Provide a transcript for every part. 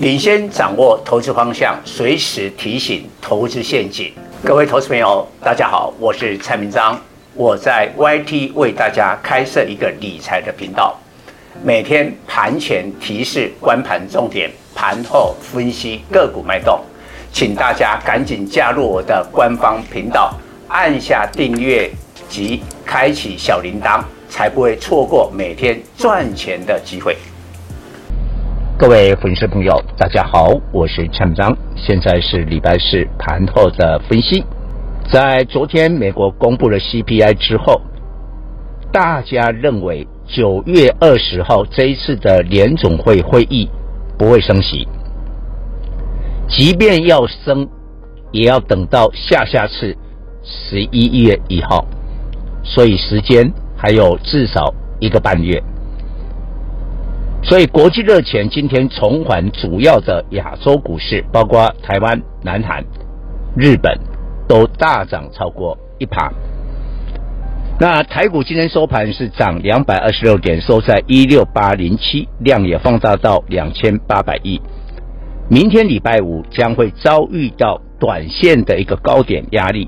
领先掌握投资方向，随时提醒投资陷阱。各位投资朋友，大家好，我是蔡明彰，我在 YT 为大家开设一个理财的频道，每天盘前提示观盘重点，盘后分析个股脉动，请大家赶紧加入我的官方频道，按下订阅及开启小铃铛，才不会错过每天赚钱的机会。 各位粉丝朋友，大家好，我是蔡明彰，现在是礼拜四盘后的分析。在昨天美国公布了 CPI 之后，大家认为9月20号这一次的联总会会议不会升息，即便要升，也要等到下次11月1号，所以时间还有至少1个半月。所以国际热钱今天重返主要的亚洲股市，包括台湾、南韩、日本都大涨超过1%。那台股今天收盘是涨226点，收在16807，量也放大到2800亿。明天礼拜五将会遭遇到短线的一个高点压力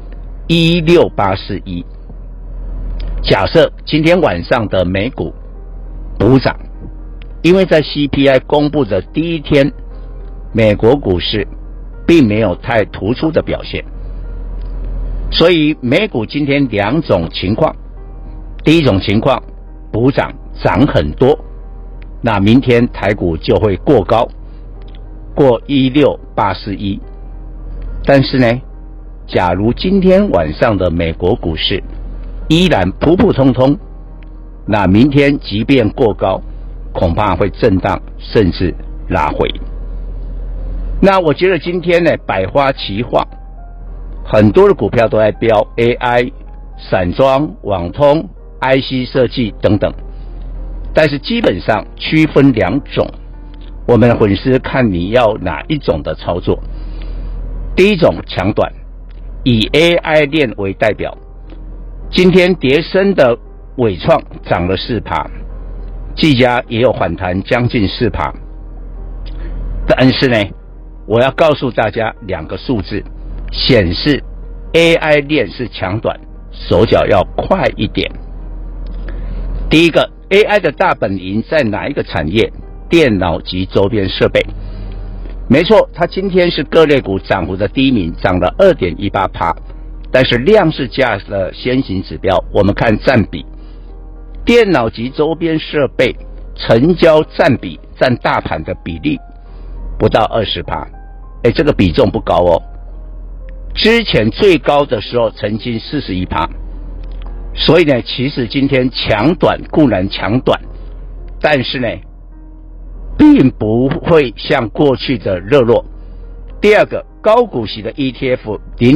16841。假设今天晚上的美股补涨，因为在 CPI 公布的第一天，美国股市并没有太突出的表现，所以美股今天两种情况，第一种情况补涨涨很多，那明天台股就会过高，过16841。但是呢，假如今天晚上的美国股市依然普普通通，那明天即便过高，恐怕会震荡甚至拉回。那我觉得今天呢，百花齐放，很多的股票都在飙 AI、散装、网通、IC 设计等等，但是基本上区分两种，我们的粉丝看你要哪一种的操作。第一种强短，以 AI 链为代表，今天跌深的伟创涨了 4%，技嘉也有反弹将近 4%， 但是呢，我要告诉大家两个数字，显示 AI 链是强短，手脚要快一点。第一个 AI 的大本营在哪一个产业？电脑及周边设备。没错，它今天是各类股涨幅的第一名，涨了 2.18%， 但是量是价的先行指标，我们看占比，电脑及周边设备成交占比占大盘的比例不到 20%， 这个比重不高哦。之前最高的时候曾经 41%， 所以呢，其实今天强短固然强短，但是呢，并不会像过去的热络。第二个，高股息的 ETF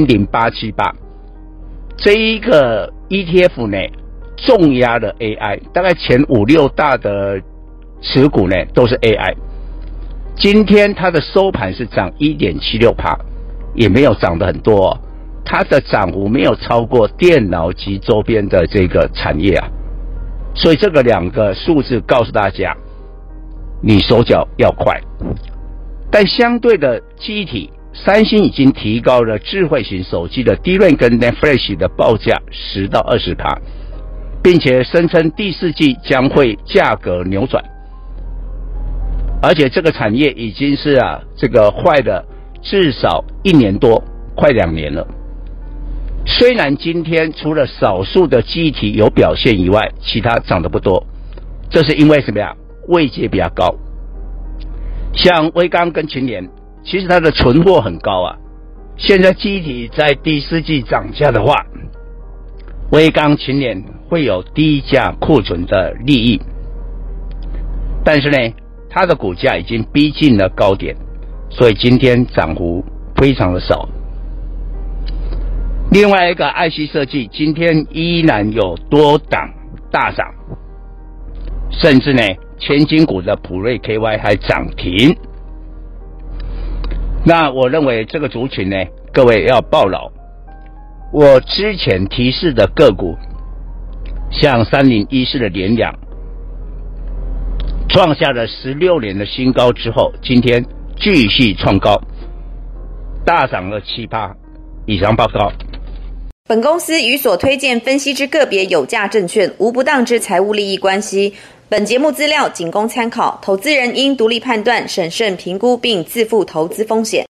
00878，这一个 ETF 呢，重压了 AI， 大概前5、6大的持股呢都是 AI。今天它的收盘是涨 1.76%， 也没有涨得很多哦，它的涨幅没有超过电脑及周边的这个产业啊。所以这个两个数字告诉大家，你手脚要快。但相对的记忆体，三星已经提高了智慧型手机的 DRAM 跟 NAND Flash 的报价10到20%，并且声称第4季将会价格扭转，而且这个产业已经是这个坏了至少1年多，快2年了。虽然今天除了少数的记忆体有表现以外，其他涨得不多，这是因为什么呀？位阶比较高。像威刚跟群联，其实它的存货很高啊，现在记忆体在第4季涨价的话，威刚、群联会有低价库存的利益，但是呢，它的股价已经逼近了高点，所以今天涨幅非常的少。另外一个 IC 设计今天依然有多档大涨，甚至呢，千金股的普瑞 KY 还涨停。那我认为这个族群呢，各位要抱牢。我之前提示的个股，像3014的联阳， 创下了16年的新高之后，今天继续创高，大涨了7%。以上报告。 本公司与所推荐分析之个别有价证券无不当之财务利益关系。本节目资料仅供参考，投资人应独立判断、审慎评估并自负投资风险。